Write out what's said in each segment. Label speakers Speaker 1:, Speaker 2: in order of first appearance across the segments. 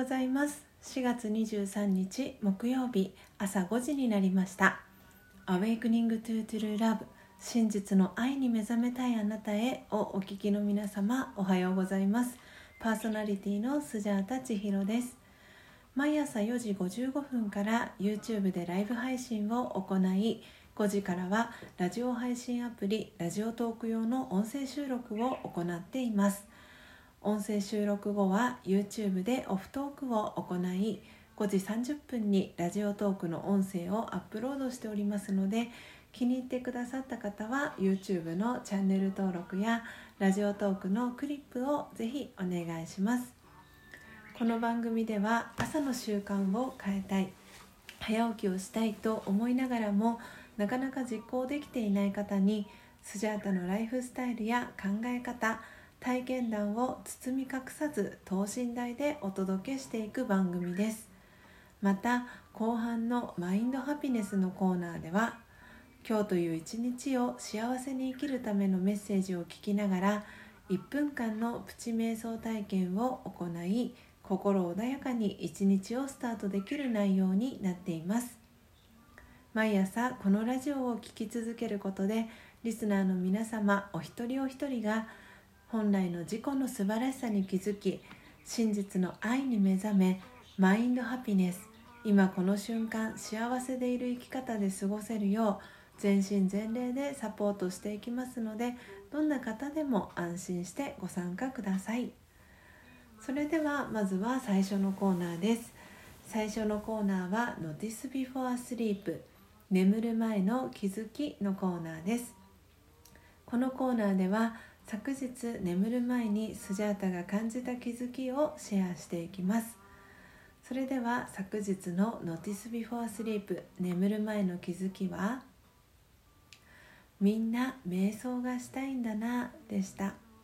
Speaker 1: ございます。4月23日木曜日朝5時になりました。 Awakening to True Love 真実の愛に目覚めたいあなたへをお聞きの皆様、おはようございます。パーソナリティのスジャータ千尋です。毎朝4時55分から YouTube でライブ配信を行い、5時からはラジオ配信アプリラジオトーク用の音声収録を行っています。音声収録後は YouTube でオフトークを行い、5時30分にラジオトークの音声をアップロードしておりますので、気に入ってくださった方は YouTube のチャンネル登録やラジオトークのクリップをぜひお願いします。この番組では朝の習慣を変えたい、早起きをしたいと思いながらもなかなか実行できていない方に、スジャータのライフスタイルや考え方、体験談を包み隠さず等身大でお届けしていく番組です。また後半のマインドハピネスのコーナーでは、今日という一日を幸せに生きるためのメッセージを聞きながら1分間のプチ瞑想体験を行い、心穏やかに一日をスタートできる内容になっています。毎朝このラジオを聴き続けることで、リスナーの皆様お一人お一人が本来の自己の素晴らしさに気づき、真実の愛に目覚め、マインドハピネス、今この瞬間幸せでいる生き方で過ごせるよう全身全霊でサポートしていきますので、どんな方でも安心してご参加ください。それではまずは最初のコーナーです。最初のコーナーは Notice Before Sleep、 眠る前の気づきのコーナーです。このコーナーでは昨日眠る前にスジャータが感じた気づきをシェアしていきます。それでは昨日の Notice Before Sleep、 眠る前の気づきは、みんな瞑想がしたいんだなでした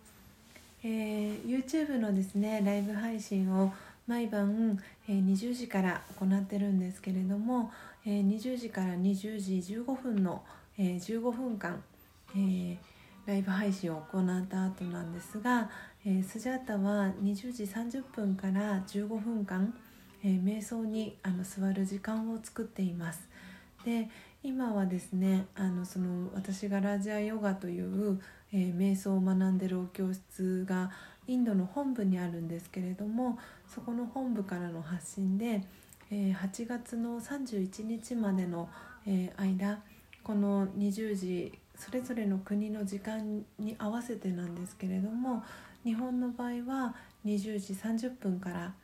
Speaker 1: 。YouTube のですねライブ配信を毎晩、20時から行ってるんですけれども、20時から20時15分の、15分間、ライブ配信を行った後なんですが、スジャータは20時30分から15分間、瞑想に座る時間を作っています。で、今はですね私がラジアヨガという、瞑想を学んでいるお教室がインドの本部にあるんですけれども、そこの本部からの発信で、8月の31日までの、間、この20時それぞれの国の時間に合わせてなんですけれども、日本の場合は20時30分から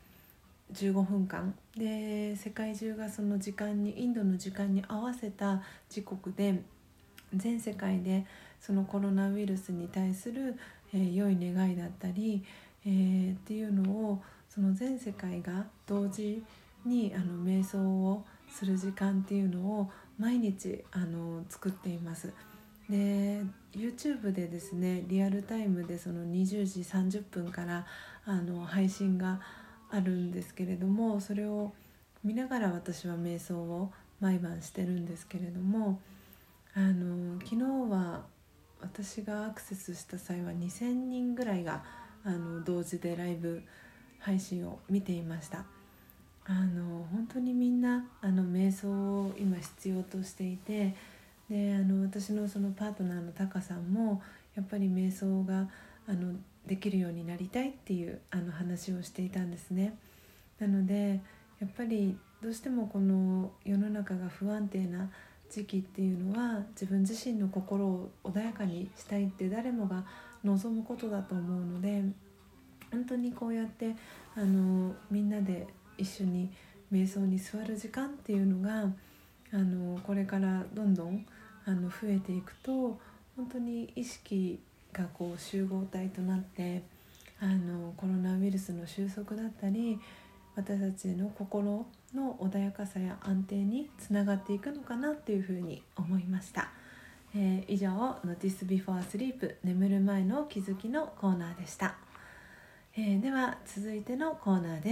Speaker 1: 15分間で、世界中がその時間にインドの時間に合わせた時刻で、全世界でそのコロナウイルスに対する、良い願いだったり、っていうのをその全世界が同時に瞑想をする時間っていうのを毎日作っています。で YouTube でですねリアルタイムでその20時30分から配信があるんですけれども、それを見ながら私は瞑想を毎晩してるんですけれども、昨日は私がアクセスした際は2000人ぐらいが同時でライブ配信を見ていました。本当にみんな瞑想を今必要としていて、で私のそのパートナーのタカさんもやっぱり瞑想ができるようになりたいっていう話をしていたんですね。なのでやっぱりどうしてもこの世の中が不安定な時期っていうのは、自分自身の心を穏やかにしたいって誰もが望むことだと思うので、本当にこうやってみんなで一緒に瞑想に座る時間っていうのがこれからどんどん増えていくと、本当に意識がこう集合体となってコロナウイルスの収束だったり、私たちの心の穏やかさや安定につながっていくのかなっていうふうに思いました。以上 Notice Before Sleep 眠る前の気づきのコーナーでした。では続いてのコーナーです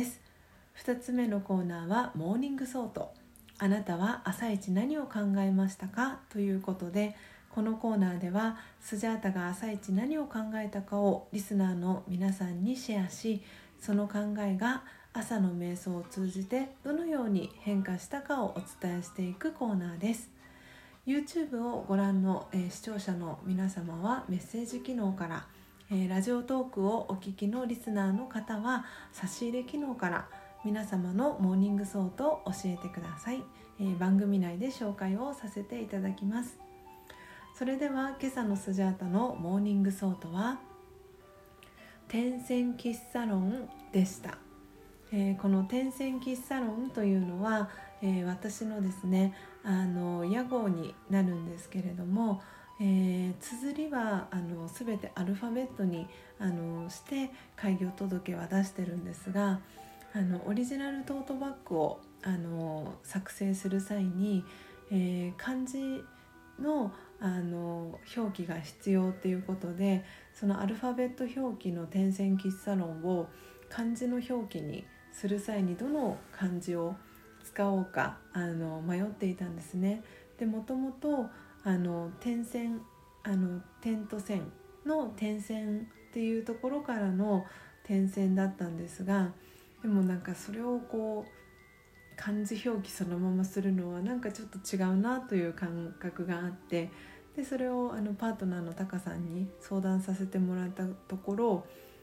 Speaker 1: 。2つ目のコーナーはモーニングソート、あなたは朝一何を考えましたかということで、このコーナーではスジャータが朝一何を考えたかをリスナーの皆さんにシェアし、その考えが朝の瞑想を通じてどのように変化したかをお伝えしていくコーナーです。 YouTube をご覧の、視聴者の皆様はメッセージ機能から、ラジオトークをお聞きのリスナーの方は差し入れ機能から皆様のモーニングソートを教えてください。番組内で紹介をさせていただきます。それでは今朝のスジャータのモーニングソートは天線喫茶論でした。この天線喫茶論というのは、私のですね屋号になるんですけれども、綴りは全てアルファベットにして開業届は出してるんですが、オリジナルトートバッグを作成する際に、漢字の表記が必要っていうことで、そのアルファベット表記の天線喫茶論を漢字の表記にする際にどの漢字を使おうか迷っていたんですね。でもともと点線点と線の点線っていうところからの点線だったんですが、でもなんかそれをこう漢字表記そのままするのはなんかちょっと違うなという感覚があって、でそれをパートナーのタカさんに相談させてもらったところ、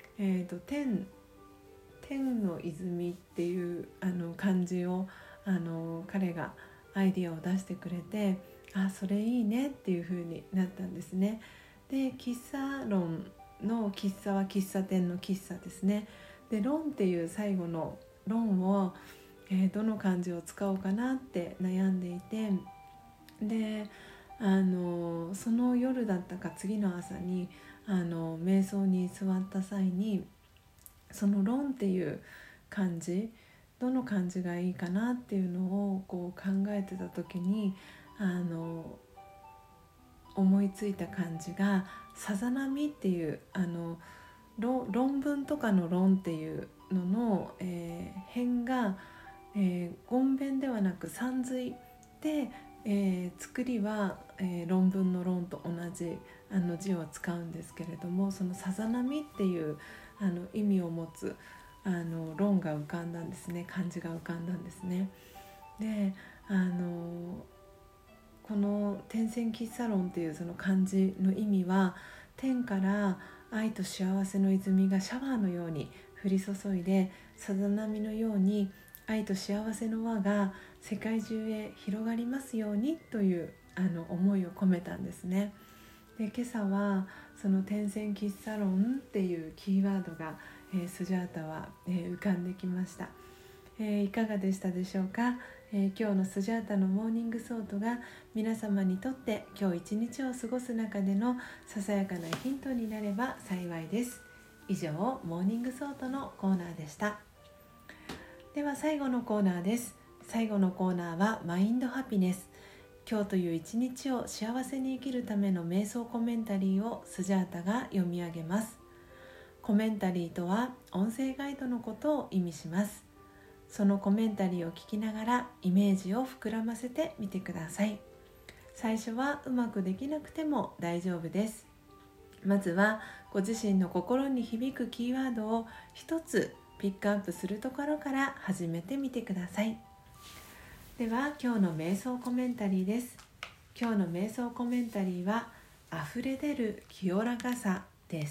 Speaker 1: 天の泉っていう漢字を彼がアイディアを出してくれて、それいいねっていう風になったんですね。で喫茶論の喫茶は喫茶店の喫茶ですね。で論っていう最後の論を、どの漢字を使おうかなって悩んでいて、でその夜だったか次の朝に瞑想に座った際にその論っていう漢字どの漢字がいいかなっていうのをこう考えてた時に思いついた漢字がさざ波っていう論文とかの論っていうのの、辺が、言弁ではなく三髄で、作りは、論文の論と同じ字を使うんですけれども、そのさざ波っていう意味を持つ論が浮かんだんですね。漢字が浮かんだんですね。でこの天線喫茶論っていうその漢字の意味は、天から愛と幸せの泉がシャワーのように降り注いで、さざ波のように愛と幸せの輪が世界中へ広がりますようにという思いを込めたんですね。で今朝はその天線喫茶論っていうキーワードが、スジャータは、浮かんできました。いかがでしたでしょうか。今日のスジャータのモーニングソートが皆様にとって今日一日を過ごす中でのささやかなヒントになれば幸いです。以上、モーニングソートのコーナーでした。では最後のコーナーです。最後のコーナーはマインドハピネス。今日という一日を幸せに生きるための瞑想コメンタリーをスジャータが読み上げます。コメンタリーとは音声ガイドのことを意味します。そのコメンタリーを聞きながらイメージを膨らませてみてください。最初はうまくできなくても大丈夫です。まずはご自身の心に響くキーワードを一つピックアップするところから始めてみてください。では今日の瞑想コメンタリーです。今日の瞑想コメンタリーは溢れ出る清らかさです。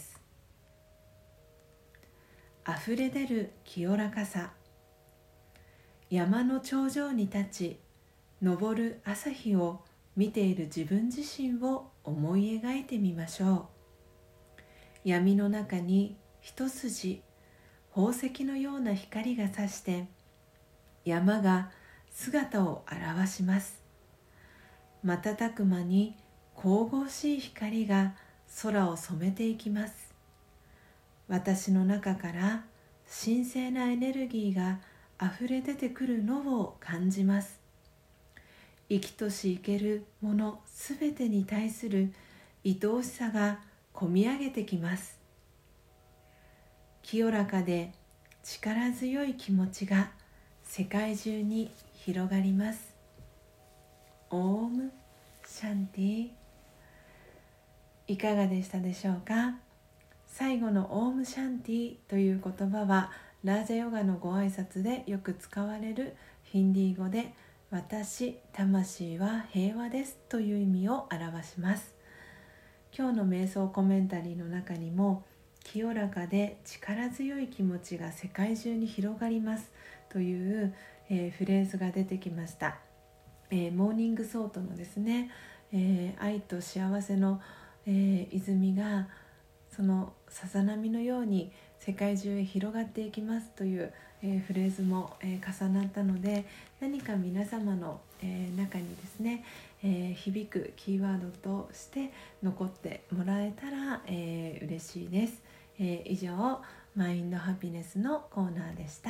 Speaker 1: 溢れ出る清らかさ。山の頂上に立ち、昇る朝日を見ている自分自身を思い描いてみましょう。闇の中に一筋宝石のような光が差して山が姿を現します。瞬く間に神々しい光が空を染めていきます。私の中から神聖なエネルギーがあふれ出てくるのを感じます。生きとし生けるものすべてに対する愛おしさがこみ上げてきます。清らかで力強い気持ちが世界中に広がります。オームシャンティ。いかがでしたでしょうか。最後のオームシャンティという言葉はラージャヨガのご挨拶でよく使われるヒンディー語で私、魂は平和ですという意味を表します。今日の瞑想コメンタリーの中にも清らかで力強い気持ちが世界中に広がりますという、フレーズが出てきました。モーニングソートのですね、愛と幸せの、泉がそのさざ波のように世界中へ広がっていきますという、フレーズも、重なったので、何か皆様の、中にですね、響くキーワードとして残ってもらえたら、嬉しいです。以上、マインドハピネスのコーナーでした。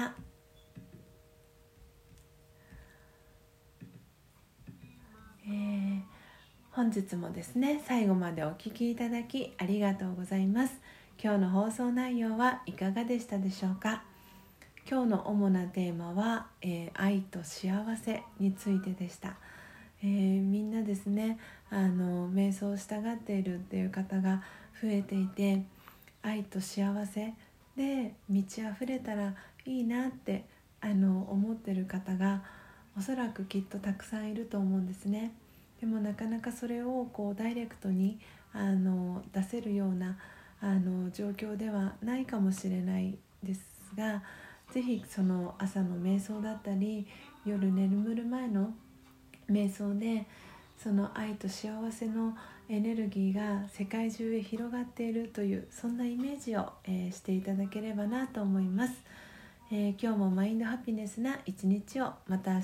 Speaker 1: 本日もですね、最後までお聞きいただきありがとうございます。今日の放送内容はいかがでしたでしょうか。今日の主なテーマは、愛と幸せについてでした。みんなですね、瞑想したがっているっていう方が増えていて、愛と幸せで満ち溢れたらいいなって思ってる方がおそらくきっとたくさんいると思うんですね。でもなかなかそれをダイレクトに出せるような状況ではないかもしれないですが、ぜひその朝の瞑想だったり夜眠る前の瞑想でその愛と幸せのエネルギーが世界中へ広がっているという、そんなイメージを、していただければなと思います。今日もマインドハピネスな一日を。また明